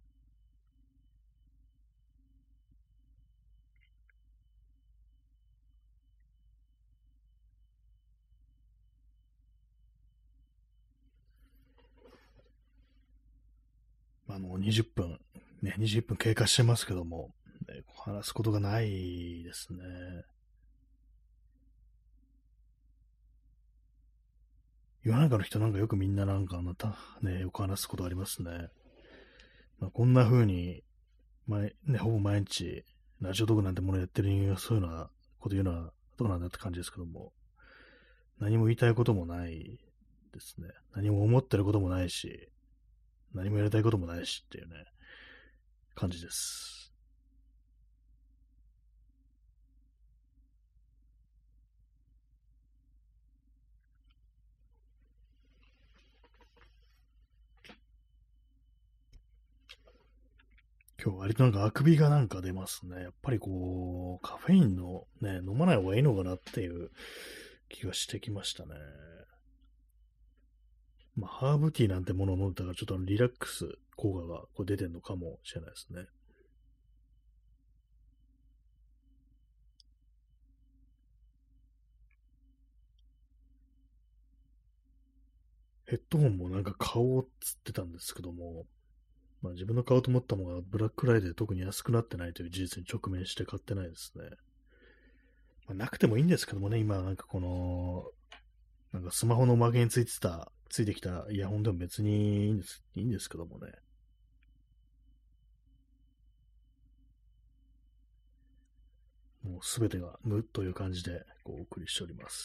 もう20分、ね、20分経過してますけども、ね、話すことがないですね。世の中の人なんかよくみんななんかね、よく話すことありますね。こんな風に、ほぼ毎日、ラジオトークなんてものやってる人間がそういうようなこと言うのはどうなんだって感じですけども、何も言いたいこともないですね。何も思ってることもないし、何もやりたいこともないしっていうね、感じです。今日割となんかあくびがなんか出ますね。やっぱりカフェインのね、飲まない方がいいのかなっていう気がしてきましたね。ハーブティーなんてものを飲んだからちょっとリラックス効果が出てるのかもしれないですね。ヘッドホンもなんか買おうっつってたんですけども、自分の買おうと思ったものがブラックフライデーで特に安くなってないという事実に直面して買ってないですね。なくてもいいんですけどもね、今なんかなんかスマホのおまけについてきたイヤホンでも別にいいんですけどもね。もうすべてが無という感じでお送りしております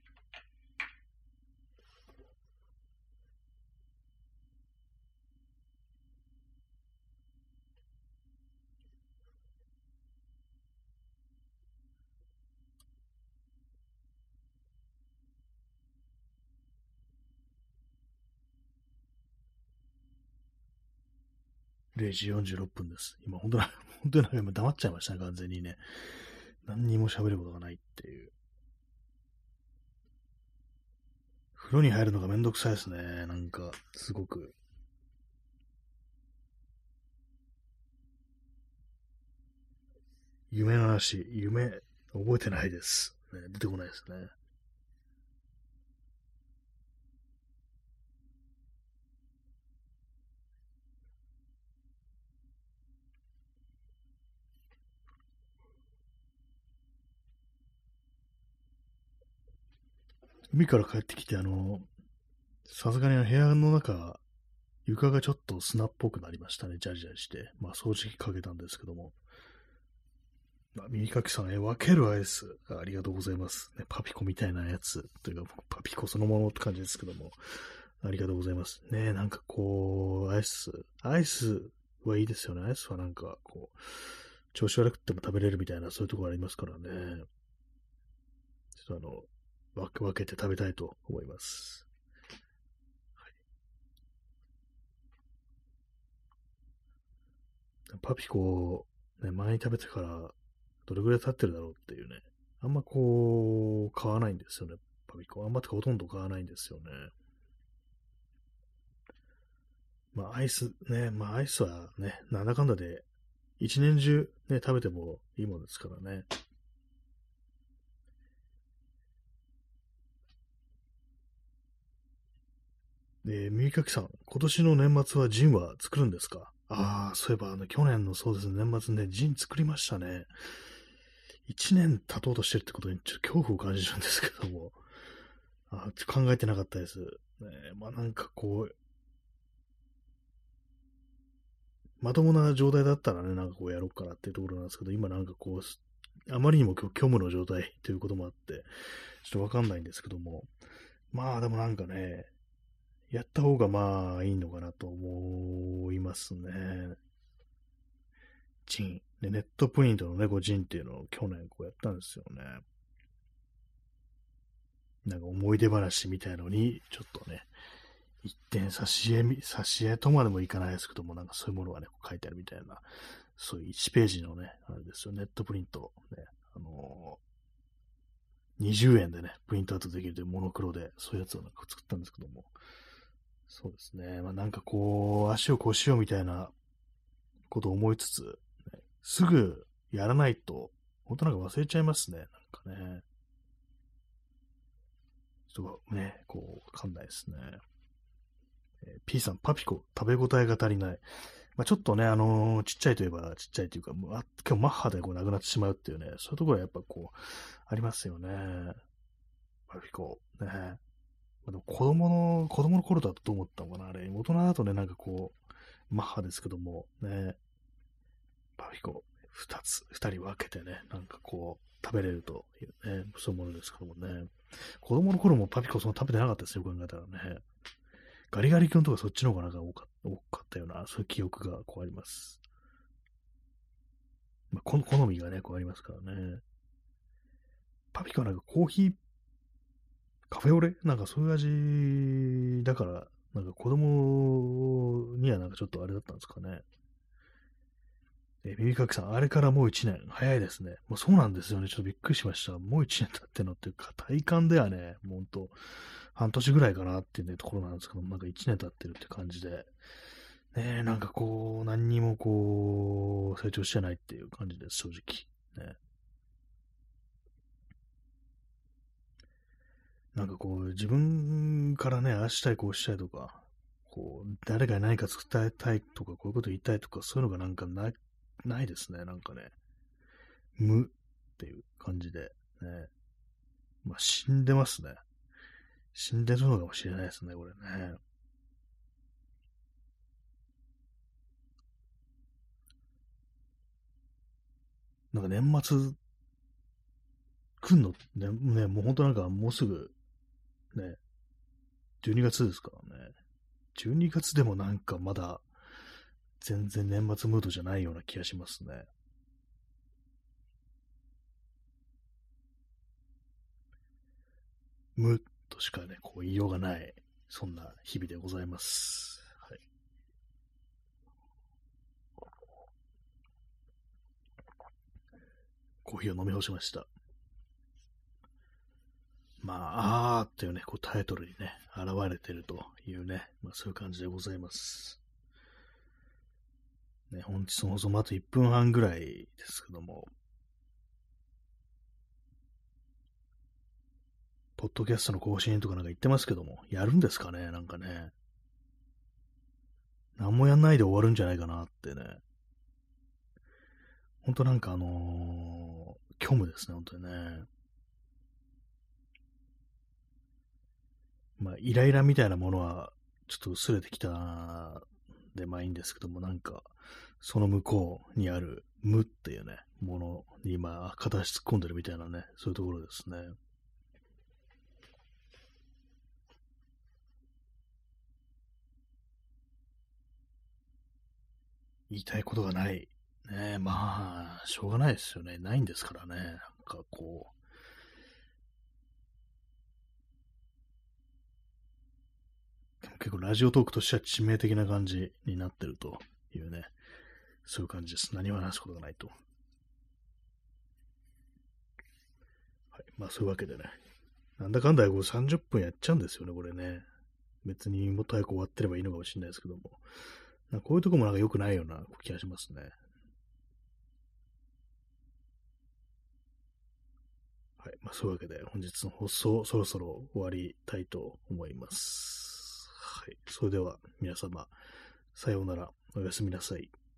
。0時46分です。今本当になんか今黙っちゃいましたね、完全にね。何にも喋ることがないっていう。風呂に入るのがめんどくさいですね。なんか、すごく。夢の話、覚えてないです。ね、出てこないですね。海から帰ってきて、さすがに部屋の中、床がちょっと砂っぽくなりましたね。ジャリジャリして。掃除機かけたんですけども。耳かきさん、分けるアイス。ありがとうございます。ね、パピコみたいなやつ。というか、パピコそのものって感じですけども。ありがとうございます。ね、なんかアイスはいいですよね。アイスはなんか調子悪くても食べれるみたいな、そういうところありますからね。ちょっと分けて食べたいと思います。パピコ、ね、前に食べてからどれぐらい経ってるだろうっていうね。あんま買わないんですよね。パピコ。あんまとかほとんど買わないんですよね。アイスね、アイスはね、なんだかんだで一年中ね、食べてもいいものですからね。で、みかきさん、今年の年末はジンは作るんですか？ああー、そういえば、去年のそうですね、年末ね、ジン作りましたね。一年経とうとしてるってことにちょっと恐怖を感じるんですけども、考えてなかったです。ね、なんかまともな状態だったらね、なんかやろうかなっていうところなんですけど、今なんかあまりにも虚無の状態ということもあって、ちょっとわかんないんですけども、まあでもなんかね、やった方がまあいいのかなと思いますね。ジン。で、ネットプリントのね、こうジンっていうのを去年こうやったんですよね。なんか思い出話みたいのに、ちょっとね、一点挿絵とまでもいかないですけども、なんかそういうものがね、書いてあるみたいな、そういう1ページのね、あれですよ、ネットプリント、ね、20円でね、プリントアウトできるというモノクロで、そういうやつをなんか作ったんですけども、そうですね、まあなんかこう、足をこうしようみたいなことを思いつつ、ね、すぐやらないと、本当なんか忘れちゃいますね、なんかね。ちょっとね、こう、わかんないですね。P さん、パピコ、食べ応えが足りない。まあ、ちょっとね、ちっちゃいといえばちっちゃいというか、もう今日マッハでこうなくなってしまうっていうね、そういうところはやっぱこう、ありますよね。パピコ。ね。まあ、でも子供の頃だとどう思ったのかな、あれ。大人だとね、なんかこう、マッハですけども、ね、パピコ、二人分けてね、なんかこう、食べれるというね、そういうものですけどもね。子供の頃もパピコその食べてなかったですよ、考えたらね。ガリガリ君とかそっちの方がなんか多かったような、そういう記憶がこうあります。まあ、好みがね、こうありますからね。パピコはなんかコーヒー、カフェオレなんかそういう味だから、なんか子供にはなんかちょっとあれだったんですかね。耳かきさん、あれからもう1年。早いですね。もうそうなんですよね。ちょっとびっくりしました。もう1年経ってんのっていうか、体感ではね、もうほんと、半年ぐらいかなっていう、ね、ところなんですけども、なんか1年経ってるって感じで、ねえ、なんかこう、何にもこう、成長してないっていう感じです、正直。ね。なんかこう、自分からね、ああしたい、こうしたいとか、こう、誰かに何か作りたいとか、こういうこと言いたいとか、そういうのがなんかないですね、なんかね。無っていう感じで、ね。まあ、死んでますね。死んでるのかもしれないですね、これね。なんか年末来んのね、もう本当なんかもうすぐ、ね、12月ですからね。12月でもなんかまだ全然年末ムードじゃないような気がしますね。無としかね、こう言いようがない、そんな日々でございます。はい。コーヒーを飲み干しました。まあ、っていうね、こうタイトルにね、現れてるというね、まあそういう感じでございます。ね、本日の放送もあと1分半ぐらいですけども、ポッドキャストの更新とかなんか言ってますけども、やるんですかねなんかね。何もやんないで終わるんじゃないかなってね。ほんとなんか虚無ですね、本当にね。まあ、イライラみたいなものは、ちょっと薄れてきたんで、まあいいんですけども、なんか、その向こうにある無っていうね、ものに今、片足突っ込んでるみたいなね、そういうところですね。言いたいことがない。ねまあ、しょうがないですよね。ないんですからね。なんかこう、でも結構ラジオトークとしては致命的な感じになってるというね、そういう感じです。何も話すことがないと。はい。まあそういうわけでね。なんだかんだこう30分やっちゃうんですよね、これね。別にもっと早く終わってればいいのかもしれないですけども。なんかこういうとこもなんか良くないような気がしますね。はい。まあそういうわけで本日の放送そろそろ終わりたいと思います。はい。それでは皆様、さようなら。おやすみなさい。